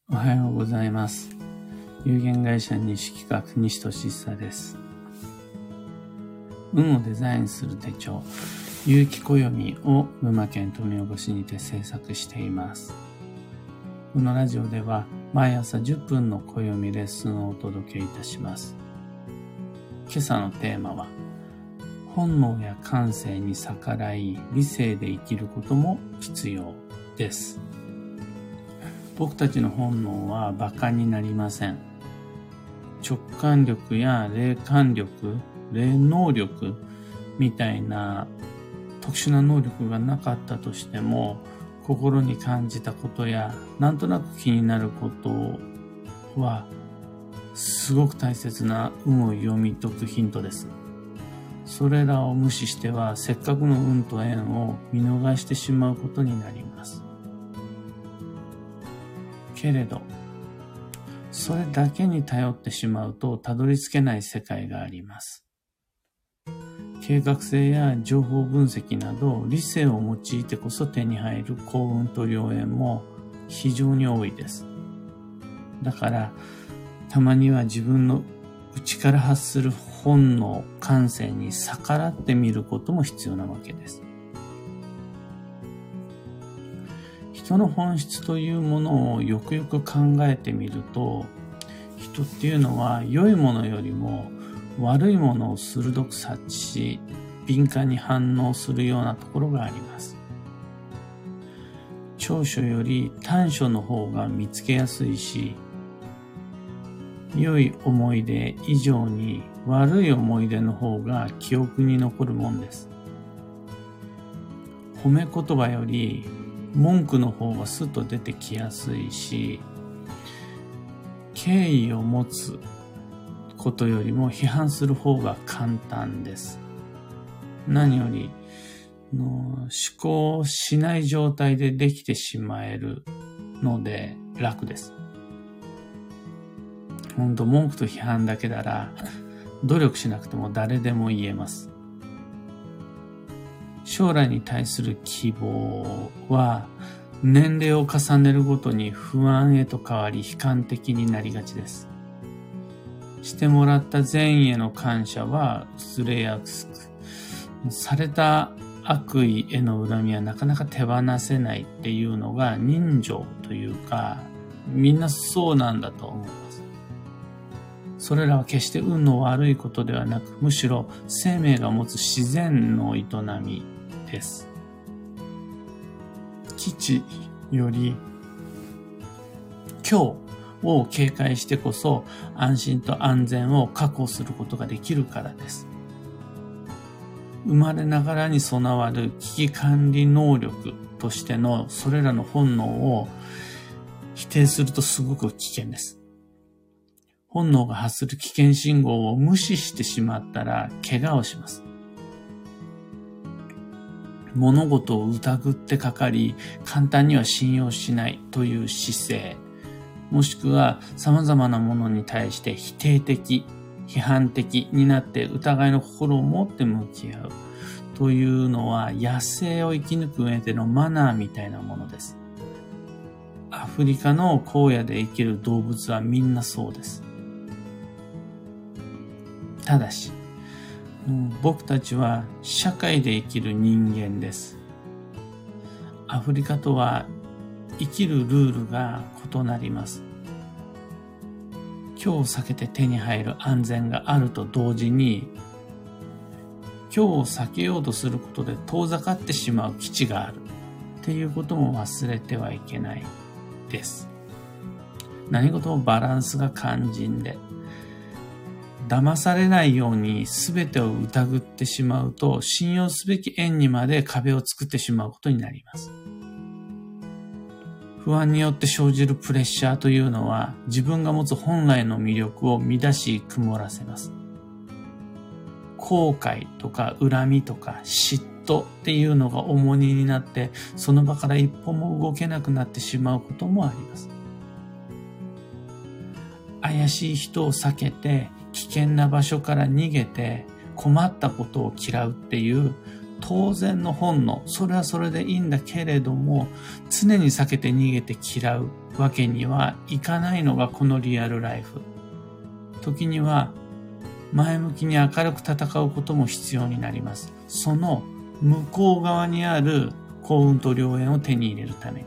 おはようございます。有限会社西企画西俊久です。運をデザインする手帳、有機暦を群馬県富岡市にて制作しています。このラジオでは毎朝10分の暦レッスンをお届けいたします。今朝のテーマは、本能や感性に逆らい理性で生きることも必要です。僕たちの本能は馬鹿になりません。直感力や霊感力、霊能力みたいな特殊な能力がなかったとしても、心に感じたことやなんとなく気になることはすごく大切な運を読み解くヒントです。それらを無視してはせっかくの運と縁を見逃してしまうことになります。けれど、それだけに頼ってしまうとたどり着けない世界があります。計画性や情報分析など理性を用いてこそ手に入る幸運と良縁も非常に多いです。だからたまには自分の内から発する本能、感性に逆らってみることも必要なわけです。人の本質というものをよくよく考えてみると、人っていうのは良いものよりも悪いものを鋭く察知し、敏感に反応するようなところがあります。長所より短所の方が見つけやすいし、良い思い出以上に悪い思い出の方が記憶に残るもんです。褒め言葉より文句の方がスッと出てきやすいし、敬意を持つことよりも批判する方が簡単です。何より思考しない状態でできてしまえるので楽です。文句と批判だけなら努力しなくても誰でも言えます。将来に対する希望は年齢を重ねるごとに不安へと変わり悲観的になりがちです。してもらった善意への感謝は薄れやすく、された悪意への恨みはなかなか手放せないっていうのが人情というか、みんなそうなんだと思います。それらは決して運の悪いことではなく、むしろ生命が持つ自然の営みです。基地より今日を警戒してこそ安心と安全を確保することができるからです。生まれながらに備わる危機管理能力としてのそれらの本能を否定するとすごく危険です。本能が発する危険信号を無視してしまったら怪我をします。物事を疑ってかかり、簡単には信用しないという姿勢、もしくは様々なものに対して否定的、批判的になって疑いの心を持って向き合うというのは野生を生き抜く上でのマナーみたいなものです。アフリカの荒野で生きる動物はみんなそうです。ただし、僕たちは社会で生きる人間です。アフリカとは生きるルールが異なります。今日を避けて手に入る安全があると同時に、今日を避けようとすることで遠ざかってしまう基地があるっていうことも忘れてはいけないです。何事もバランスが肝心で、騙されないように全てを疑ってしまうと、信用すべき縁にまで壁を作ってしまうことになります。不安によって生じるプレッシャーというのは、自分が持つ本来の魅力を乱し曇らせます。後悔とか恨みとか嫉妬っていうのが重荷になって、その場から一歩も動けなくなってしまうこともあります。怪しい人を避けて、危険な場所から逃げて困ったことを嫌うっていう当然の本能、それはそれでいいんだけれども、常に避けて逃げて嫌うわけにはいかないのがこのリアルライフ。時には前向きに明るく戦うことも必要になります。その向こう側にある幸運と良縁を手に入れるために。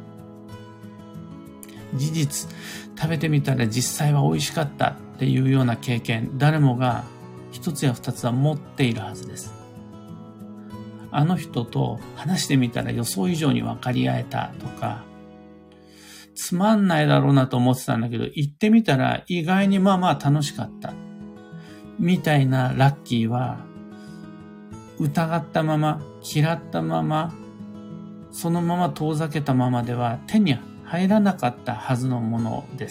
事実、食べてみたら実際は美味しかったっていうような経験、誰もが一つや二つは持っているはずです。あの人と話してみたら予想以上に分かり合えたとか、つまんないだろうなと思ってたんだけど、行ってみたら意外にまあまあ楽しかった。みたいなラッキーは、疑ったまま、嫌ったまま、そのまま遠ざけたままでは手に入らなかったはずのものです。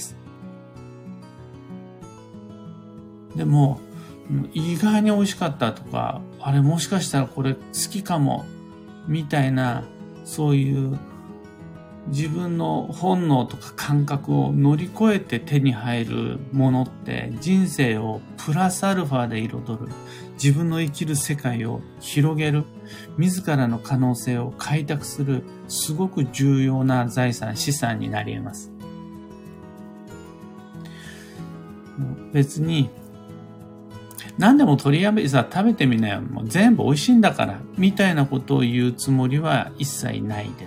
でも、意外に美味しかったとか、あれもしかしたらこれ好きかも、みたいな、そういう自分の本能とか感覚を乗り越えて手に入るものって人生をプラスアルファで彩る、自分の生きる世界を広げる、自らの可能性を開拓する、すごく重要な財産、資産になり得ます。別に何でもとりあえずは食べてみなよ。もう全部美味しいんだから。みたいなことを言うつもりは一切ないです。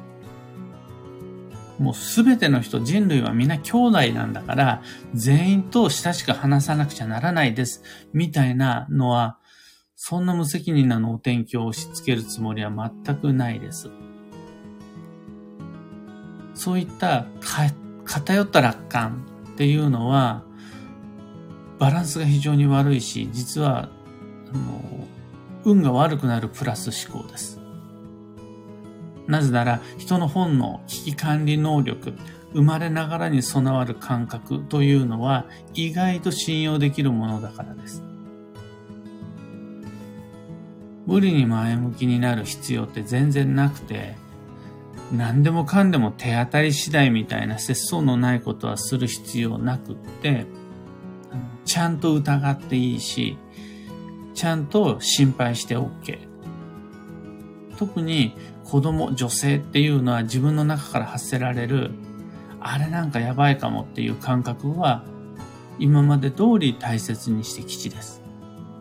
もうすべての人、人類はみんな兄弟なんだから、全員と親しく話さなくちゃならないです。みたいなのは、そんな無責任な能天気を押し付けるつもりは全くないです。そういった偏った楽観っていうのは、バランスが非常に悪いし、実は運が悪くなるプラス思考です。なぜなら人の本能、危機管理能力、生まれながらに備わる感覚というのは意外と信用できるものだからです。無理に前向きになる必要って全然なくて、何でもかんでも手当たり次第みたいな節操のないことはする必要なくって、ちゃんと疑っていいし、ちゃんと心配して OK。特に子供、女性っていうのは自分の中から発せられる、あれなんかやばいかもっていう感覚は今まで通り大切にして吉です。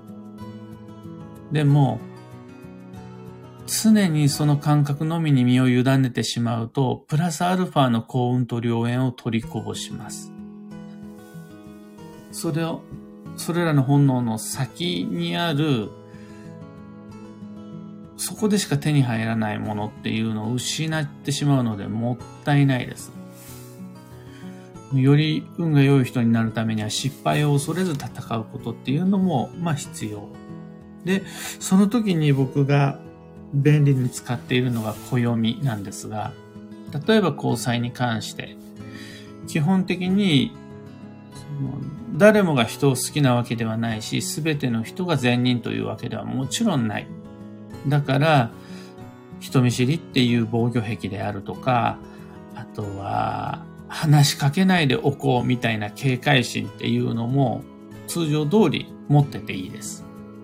でも、常にその感覚のみに身を委ねてしまうと、プラスアルファの幸運と良縁を取りこぼします。それらの本能の先にある、そこでしか手に入らないものっていうのを失ってしまうのでもったいないです。より運が良い人になるためには失敗を恐れず戦うことっていうのも必要。で、その時に僕が便利に使っているのが暦なんですが、例えば交際に関して、基本的に誰もが人を好きなわけではないし、すべての人が善人というわけではもちろんない。だから、人見知りっていう防御壁であるとか、あとは、話しかけないでおこうみたいな警戒心っていうのも通常通り持ってていいです。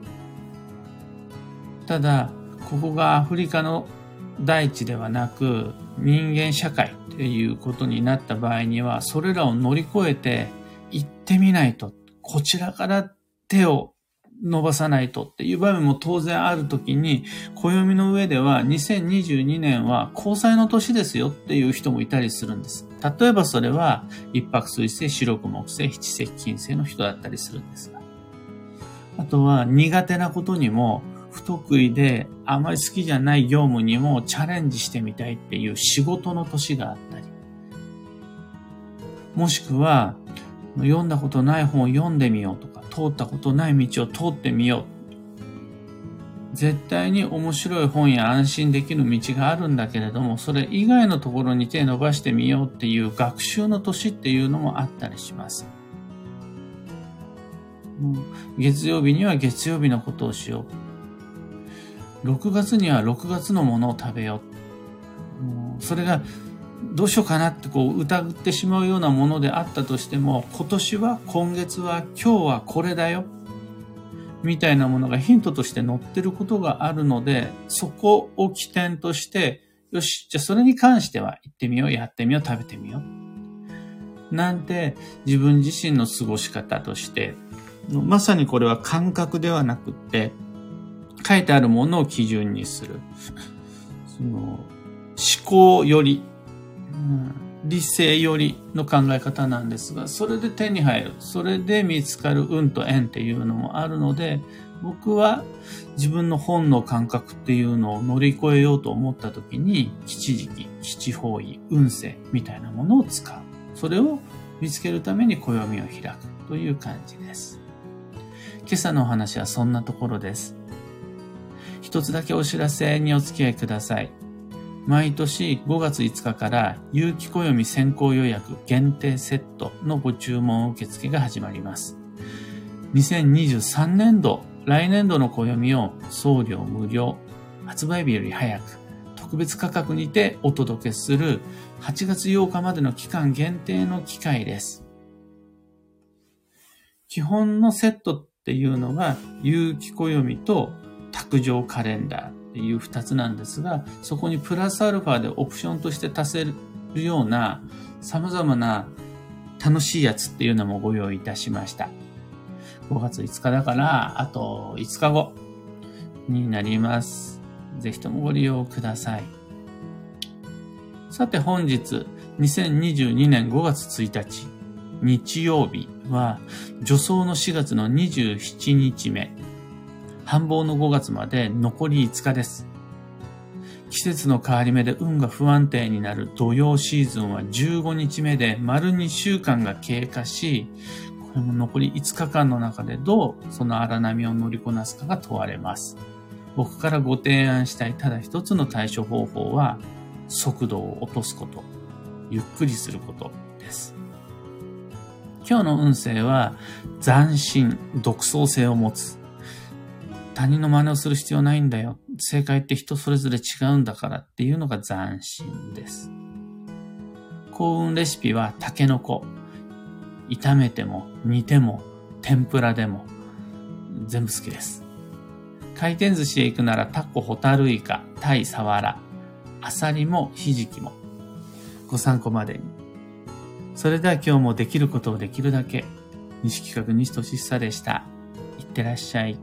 ただ、ここがアフリカの大地ではなく人間社会っていうことになった場合には、それらを乗り越えて行ってみないと、こちらから手を伸ばさないとっていう場面も当然あるときに、暦の上では2022年は交際の年ですよっていう人もいたりするんです。例えばそれは一白水星、四六木星、七石金星の人だったりするんですが。あとは苦手なことにも不得意であまり好きじゃない業務にもチャレンジしてみたいっていう仕事の年があったり。もしくは読んだことない本を読んでみようとか、通ったことない道を通ってみよう。絶対に面白い本や安心できる道があるんだけれども、それ以外のところに手を伸ばしてみようっていう学習の年っていうのもあったりします。月曜日には月曜日のことをしよう。6月には6月のものを食べよう。それがどうしようかなって疑ってしまうようなものであったとしても、今月は今日はこれだよ。 みたいなものがヒントとして載ってることがあるので、そこを起点として、よし、じゃあそれに関しては行ってみよう、やってみよう、食べてみよう。なんて自分自身の過ごし方として、まさにこれは感覚ではなくって、書いてあるものを基準にする。思考より、理性よりの考え方なんですが、それで手に入る。それで見つかる運と縁っていうのもあるので、僕は自分の本の感覚っていうのを乗り越えようと思った時に、吉時期、吉方位、運勢みたいなものを使う。それを見つけるために暦を開くという感じです。今朝のお話はそんなところです。一つだけお知らせにお付き合いください。毎年5月5日から有機暦先行予約限定セットのご注文受付が始まります。2023年度、来年度の暦を送料無料、発売日より早く、特別価格にてお届けする8月8日までの期間限定の機会です。基本のセットっていうのが有機暦と卓上カレンダーっていう2つなんですが、そこにプラスアルファでオプションとして足せるような様々な楽しいやつっていうのもご用意いたしました。5月5日だからあと5日後になります。ぜひともご利用ください。さて本日2022年5月1日日曜日は助走の4月の27日目。繁忙の5月まで残り5日です。季節の変わり目で運が不安定になる土曜シーズンは15日目で丸2週間が経過し、これも残り5日間の中でどうその荒波を乗りこなすかが問われます。僕からご提案したいただ一つの対処方法は、速度を落とすこと、ゆっくりすることです。今日の運勢は斬新、独創性を持つ。他人の真似をする必要ないんだよ。正解って人それぞれ違うんだからっていうのが斬新です。幸運レシピはタケノコ。炒めても煮ても天ぷらでも全部好きです。回転寿司へ行くならタコ、ホタルイカ、タイ、サワラ、アサリもヒジキもご参考までに。それでは今日もできることをできるだけ。西企画西俊久でした。いってらっしゃい。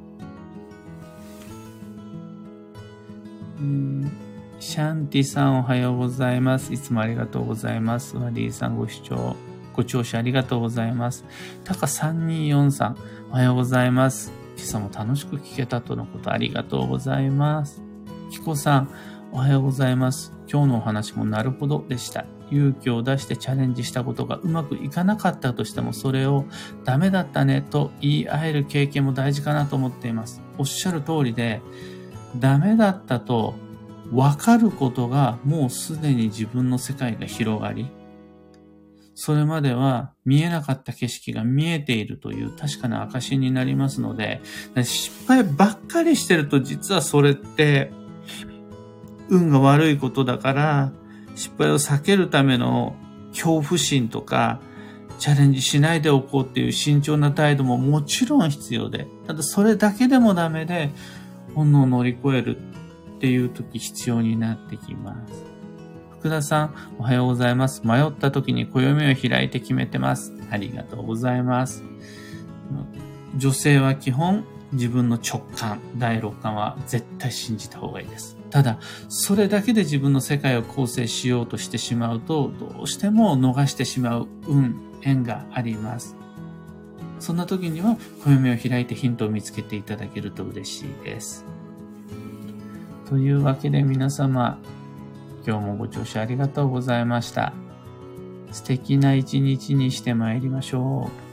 シャンティさんおはようございます。いつもありがとうございます。ワディさんご聴取ありがとうございます。タカ3243おはようございます。今朝も楽しく聞けたとのことありがとうございます。キコさんおはようございます。今日のお話もなるほどでした。勇気を出してチャレンジしたことがうまくいかなかったとしてもそれをダメだったねと言い合える経験も大事かなと思っています。おっしゃる通りで、ダメだったと分かることがもうすでに自分の世界が広がり、それまでは見えなかった景色が見えているという確かな証になりますので、失敗ばっかりしてると実はそれって運が悪いことだから、失敗を避けるための恐怖心とかチャレンジしないでおこうっていう慎重な態度ももちろん必要で、ただそれだけでもダメで本能を乗り越えるっていう時必要になってきます。福田さんおはようございます。迷った時に暦を開いて決めてます。ありがとうございます。女性は基本自分の直感、第六感は絶対信じた方がいいです。ただそれだけで自分の世界を構成しようとしてしまうと、どうしても逃してしまう縁があります。そんな時には暦を開いてヒントを見つけていただけると嬉しいです。というわけで皆様、今日もご聴取ありがとうございました。素敵な一日にしてまいりましょう。